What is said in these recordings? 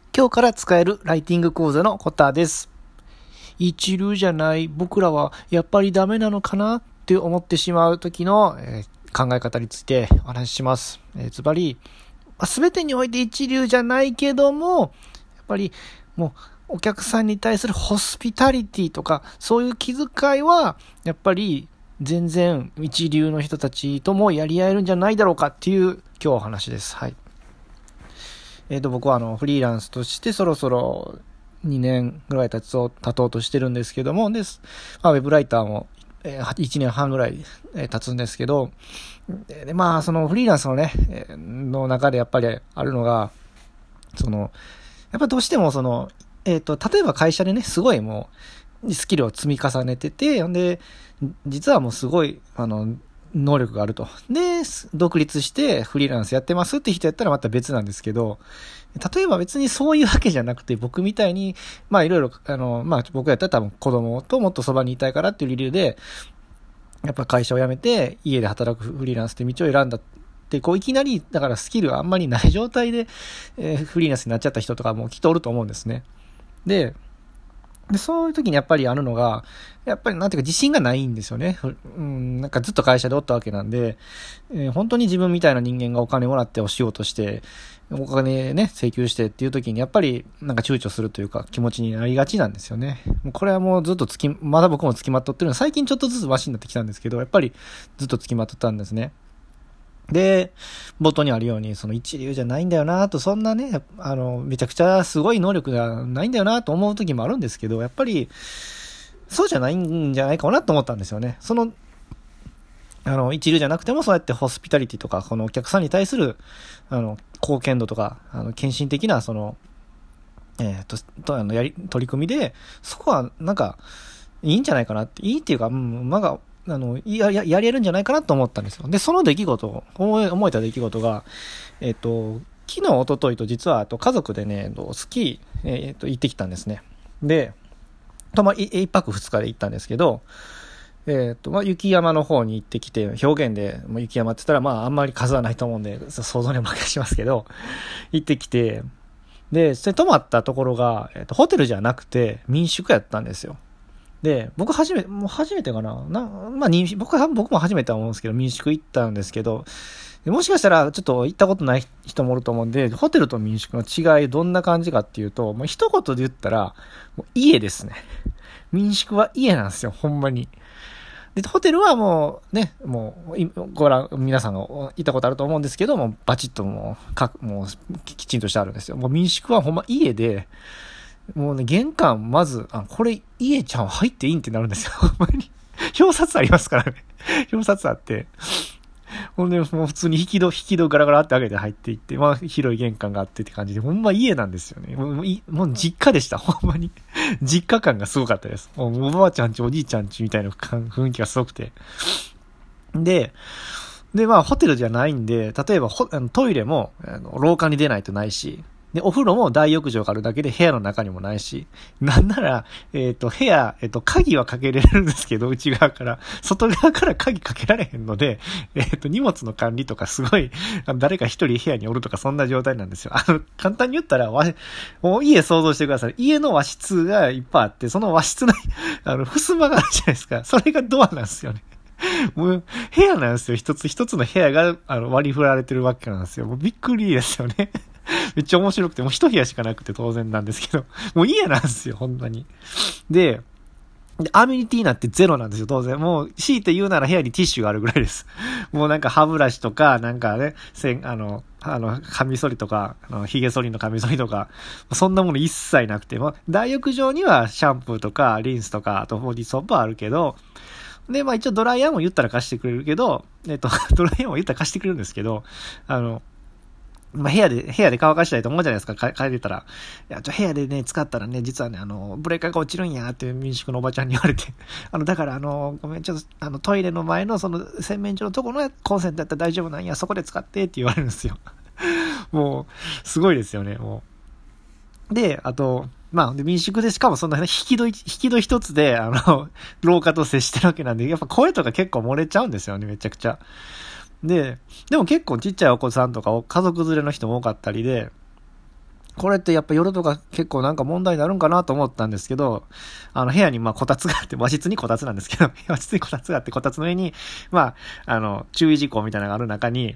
今日から使えるライティング講座のコタです。一流じゃない僕らはやっぱりダメなのかなって思ってしまう時の、考え方についてお話しします。つまり、全てにおいて一流じゃないけども、やっぱりもうお客さんに対するホスピタリティとかそういう気遣いはやっぱり全然一流の人たちともやり合えるんじゃないだろうかっていう今日お話です。はい。僕はフリーランスとしてそろそろ2年ぐらい経とうとしてるんですけども、ウェブライターも1年半ぐらい経つんですけど、そのフリーランスのね、の中でやっぱりあるのが、やっぱどうしても例えば会社でね、すごいもう、スキルを積み重ねてて、で、実はもうすごい、能力があると。で、独立してフリーランスやってますって人やったらまた別なんですけど、例えば別にそういうわけじゃなくて、僕みたいに、いろいろ、僕やったら多分子供ともっとそばにいたいからっていう理由で、やっぱ会社を辞めて家で働くフリーランスって道を選んだって、いきなり、だからスキルがあんまりない状態で、フリーランスになっちゃった人とかもきっとおると思うんですね。で、そういう時にやっぱりあるのが、やっぱりなんていうか自信がないんですよね。なんかずっと会社でおったわけなんで、本当に自分みたいな人間がお金もらってお仕事して、お金ね、請求してっていう時にやっぱりなんか躊躇するというか気持ちになりがちなんですよね。これはもうずっとまだ僕も付きまとってるので、最近ちょっとずつマシになってきたんですけど、やっぱりずっと付きまとったんですね。で、冒頭にあるように、一流じゃないんだよなと、そんなね、めちゃくちゃすごい能力がないんだよなと思う時もあるんですけど、やっぱり、そうじゃないんじゃないかなと思ったんですよね。一流じゃなくてもそうやってホスピタリティとか、このお客さんに対する、貢献度とか、献身的な、取り組みで、そこは、なんか、いいんじゃないかなって、いいっていうか、やれるんじゃないかなと思ったんですよ。で、その思えた出来事が、昨日、一昨日と実は、家族でね、スキー、行ってきたんですね。で、一泊二日で行ったんですけど、雪山の方に行ってきて、表現で、雪山って言ったら、あんまり数はないと思うんで、想像にお任せしますけど、行ってきて、で、泊まったところが、ホテルじゃなくて、民宿やったんですよ。で、僕初めてかな僕も初めては思うんですけど、民宿行ったんですけど、もしかしたらちょっと行ったことない人もおると思うんで、ホテルと民宿の違いどんな感じかっていうと、もう一言で言ったら、もう家ですね。民宿は家なんですよ、ほんまに。で、ホテルはもうね、皆さんが行ったことあると思うんですけども、バチッともうきちんとしてあるんですよ。もう民宿はほんま家で、もうね、玄関、まず、これ、家ちゃん入っていいんってなるんですよ。ほんまに。表札ありますからね。表札あって。ほんで、もう普通に引き戸ガラガラって開けて入っていって、広い玄関があってって感じで、ほんま家なんですよね。もう実家でした。ほんまに。実家感がすごかったです。もうおばあちゃんち、おじいちゃんちみたいな雰囲気がすごくて。で、ホテルじゃないんで、例えばトイレも、廊下に出ないとないし、で、お風呂も大浴場があるだけで部屋の中にもないし、なんなら、部屋、鍵はかけれるんですけど、内側から、外側から鍵かけられへんので、荷物の管理とかすごい、誰か一人部屋におるとかそんな状態なんですよ。簡単に言ったら、もう家想像してください。家の和室がいっぱいあって、その和室の、襖があるじゃないですか。それがドアなんですよね。もう、部屋なんですよ。一つ一つの部屋が、割り振られてるわけなんですよ。もうびっくりですよね。めっちゃ面白くて、もう一部屋しかなくて当然なんですけど、もう家なんですよ、ほんまに。で、アメニティなんてゼロなんですよ、当然。もう、強いて言うなら部屋にティッシュがあるぐらいです。もうなんか歯ブラシとか、なんかね、カミソリとか、髭剃りのカミソリとか、そんなもの一切なくて、大浴場にはシャンプーとか、リンスとか、あとボディソープはあるけど、で、一応ドライヤーも言ったら貸してくれるけど、ドライヤーも言ったら貸してくれるんですけど、部屋で乾かしたいと思うじゃないですか、帰れたら。いや、部屋でね、使ったらね、実はね、ブレーカーが落ちるんや、って民宿のおばちゃんに言われて。だからごめん、ちょっと、トイレの前の洗面所のところのコンセントだったら大丈夫なんや、そこで使ってって言われるんですよ。もう、すごいですよね、もう。で、あと、で民宿でしかもそんな引き戸一つで、廊下と接してるわけなんで、やっぱ声とか結構漏れちゃうんですよね、めちゃくちゃ。でも結構ちっちゃいお子さんとか家族連れの人も多かったりで、 これってやっぱ夜とか結構なんか問題になるんかなと思ったんですけど、部屋にこたつがあって、和室にこたつなんですけど、和室にこたつがあって、こたつの上に、注意事項みたいなのがある中に、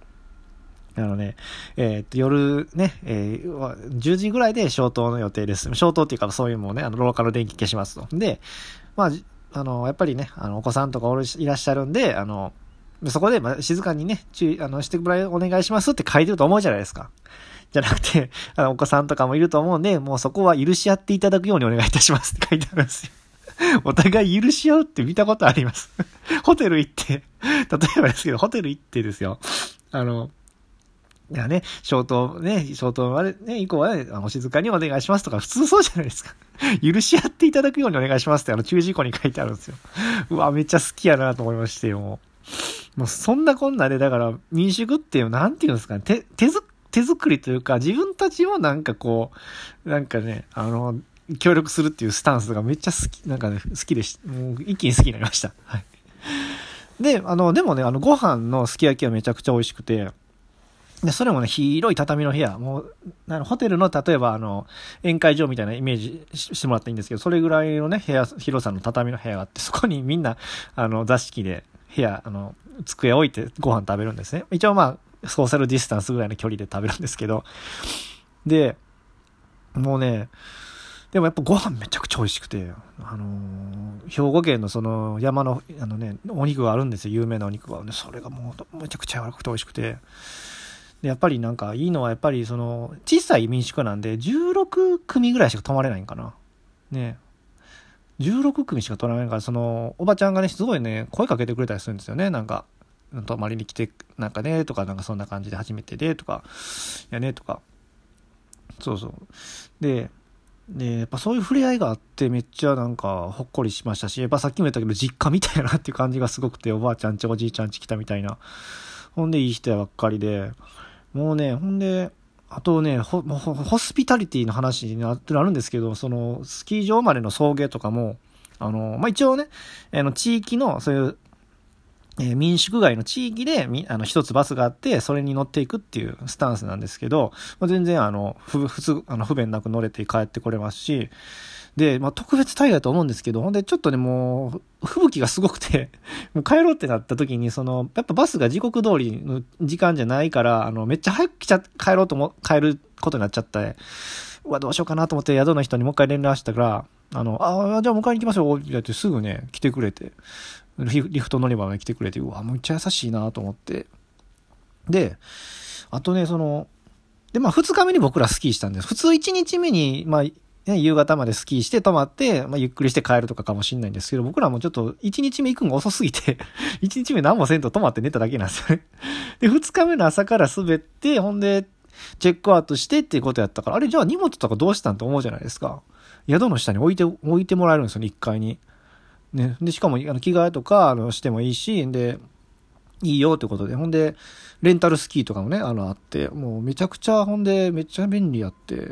夜ね、10時ぐらいで消灯の予定です。消灯っていうかそういうもうね、廊下の電気消しますと。で、やっぱりね、お子さんとかいらっしゃるんで、そこで、静かにね、してもらいお願いしますって書いてると思うじゃないですか。じゃなくて、お子さんとかもいると思うんで、もうそこは許し合っていただくようにお願いいたしますって書いてあるんですよ。お互い許し合うって見たことあります。ホテル行って、例えばですけど、ホテル行ってですよ。いやね、消灯までね、以降はね、お静かにお願いしますとか、普通そうじゃないですか。許し合っていただくようにお願いしますって注意事項に書いてあるんですよ。うわ、めっちゃ好きやなと思いましてよ。もうそんなこんなで、だから民宿っていうなんていうんですかね、手作りというか、自分たちもなんかこう、なんかね、協力するっていうスタンスがめっちゃ好き、なんかね、好きでし、もう一気に好きになりました。はい。で、でもね、ご飯のすき焼きはめちゃくちゃ美味しくて、で、それもね、広い畳の部屋、もう、ホテルの、例えば宴会場みたいなイメージしてもらったらいいんですけど、それぐらいのね、広さの畳の部屋があって、そこにみんな、座敷で、机置いてご飯食べるんですね。一応ソーシャルディスタンスぐらいの距離で食べるんですけど、で、もうね、でもやっぱご飯めちゃくちゃ美味しくて、兵庫県のその山の、お肉があるんですよ、有名なお肉が。それがもうめちゃくちゃ柔らかくて美味しくて、で、やっぱりなんかいいのはやっぱり小さい民宿なんで16組ぐらいしか泊まれないんかな。ね。16組しか泊まれないから、おばちゃんがね、すごいね、声かけてくれたりするんですよね。なんか、泊まりに来て、なんかね、とか、なんかそんな感じで初めてで、とか、やね、とか。そうそう。で、やっぱそういう触れ合いがあってめっちゃなんかほっこりしましたし、やっぱさっきも言ったけど実家みたいなっていう感じがすごくて、おばあちゃんちおじいちゃんち来たみたいな。ほんでいい人ばっかりで、もうね、ほんで、あとね、ホスピタリティの話になるんですけど、スキー場までの送迎とかも、一応ね、地域の、そういう、民宿街の地域で、一つバスがあって、それに乗っていくっていうスタンスなんですけど、全然不便なく乗れて帰ってこれますし、で、特別待遇だと思うんですけど、ほんでちょっとね、もう、吹雪がすごくて、もう帰ろうってなった時に、やっぱバスが時刻通りの時間じゃないから、めっちゃ早く帰ることになっちゃって、うわ、どうしようかなと思って宿の人にもう一回連絡したから、じゃあ迎えに行きますよ、ってすぐね、来てくれて、リフト乗り場まで来てくれて、うわ、めっちゃ優しいなと思って。で、あとね、二日目に僕らスキーしたんです。普通一日目に、夕方までスキーして泊まって、ゆっくりして帰るとかかもしれないんですけど、僕らもちょっと1日目行くのが遅すぎて、1日目何もせんと泊まって寝ただけなんですよね。で、2日目の朝から滑って、ほんで、チェックアウトしてっていうことやったから、あれじゃあ荷物とかどうしたんと思うじゃないですか。宿の下に置いてもらえるんですよね、1階に。ね。で、しかも、着替えとか、してもいいし、で、いいよってことで、ほんで、レンタルスキーとかもね、あって、もうめちゃくちゃ、ほんで、めっちゃ便利やって、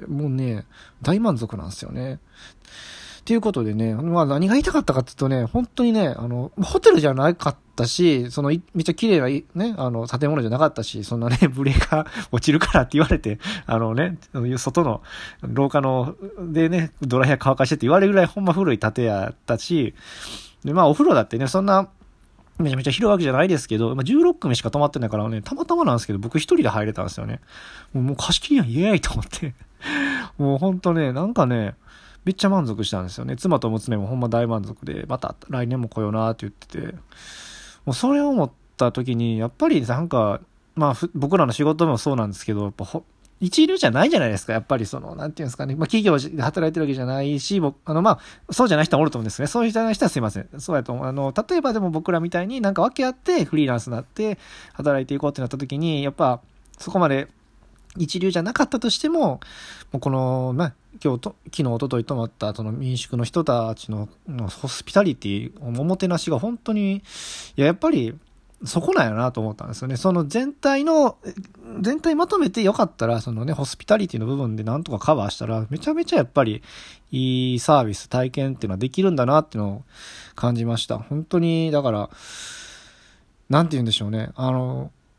もうね、大満足なんですよね。っていうことでね、何が言いたかったかっていうとね、本当にね、ホテルじゃなかったし、めっちゃ綺麗な、ね、建物じゃなかったし、そんなね、ブレーカー落ちるからって言われて、外の廊下でね、ドライヤー乾かしてって言われるぐらいほんま古い建てやったし、で、お風呂だってね、そんな、めちゃめちゃ広いわけじゃないですけど、16組しか泊まってないからね、たまたまなんですけど、僕一人で入れたんですよね。もう貸し切りやん、イエーイと思って。もうほんとね、なんかね、めっちゃ満足したんですよね。妻と娘もほんま大満足で、また来年も来ようなって言ってて。もうそれを思った時に、やっぱりなんか、僕らの仕事もそうなんですけど、やっぱ一流じゃないじゃないですか。やっぱりなんていうんですかね。企業で働いてるわけじゃないし、そうじゃない人もおると思うんですね。そういう人はすいません。そうやと思う。例えばでも僕らみたいになんか分け合ってフリーランスになって働いていこうってなった時に、やっぱそこまで一流じゃなかったとしても、もう昨日、一昨日泊まった民宿の人たちのホスピタリティ、おもてなしが本当に、やっぱり、そこなんやなと思ったんですよね。全体まとめてよかったら、ホスピタリティの部分でなんとかカバーしたら、めちゃめちゃやっぱりいいサービス、体験っていうのはできるんだなっていうのを感じました。本当に、だから、なんて言うんでしょうね。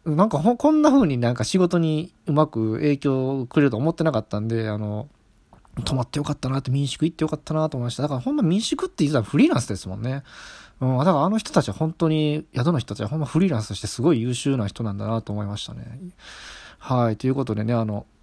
なんかこんな風になんか仕事にうまく影響をくれると思ってなかったんで、泊まってよかったなって、民宿行ってよかったなと思いました。だからほんま民宿って言ったらフリーランスですもんね。だからあの人たちは本当に、宿の人たちはほんまフリーランスとしてすごい優秀な人なんだなと思いましたね。はい、ということでね、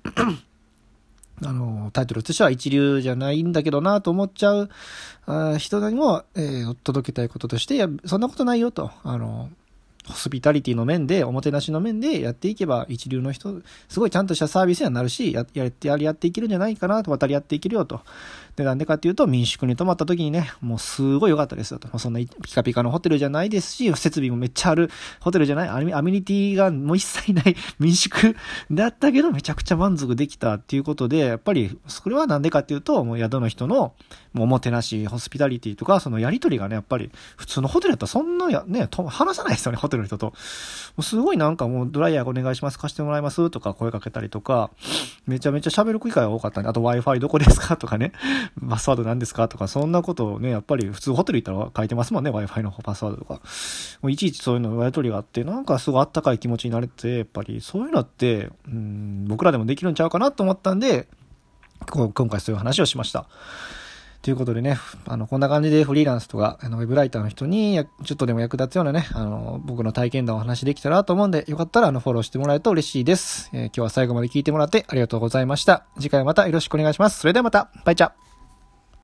タイトルとしては一流じゃないんだけどなと思っちゃう人にも、届けたいこととして、いや、そんなことないよと、ホスピタリティの面で、おもてなしの面でやっていけば一流の人、すごいちゃんとしたサービスにはなるし、やっていけるんじゃないかなと、渡り合っていけるよと。で、なんでかっていうと、民宿に泊まった時にね、もうすごい良かったですよと。そんなピカピカのホテルじゃないですし、設備もめっちゃあるホテルじゃない、アミニティがもう一切ない民宿だったけど、めちゃくちゃ満足できたっていうことで、やっぱり、それはなんでかっていうと、もう宿の人の、もうおもてなし、ホスピタリティとか、そのやりとりがね、やっぱり、普通のホテルだったらそんな話さないですよね、ホテルの人と。もうすごいなんかもうドライヤーお願いします、貸してもらいますとか声かけたりとか、めちゃめちゃ喋る機会が多かったんで、あと Wi-Fi どこですかとかね、パスワード何ですかとか、そんなことをね、やっぱり普通ホテル行ったら書いてますもんね、Wi-Fi のパスワードとか。もういちいちそういうのやりとりがあって、なんかすごいあったかい気持ちになれて、やっぱりそういうのって、僕らでもできるんちゃうかなと思ったんで、今回そういう話をしました。ということでね、こんな感じでフリーランスとか、ウェブライターの人に、ちょっとでも役立つようなね、僕の体験談をお話できたらと思うんで、よかったら、フォローしてもらえると嬉しいです。今日は最後まで聞いてもらってありがとうございました。次回またよろしくお願いします。それではまた、バイチャ。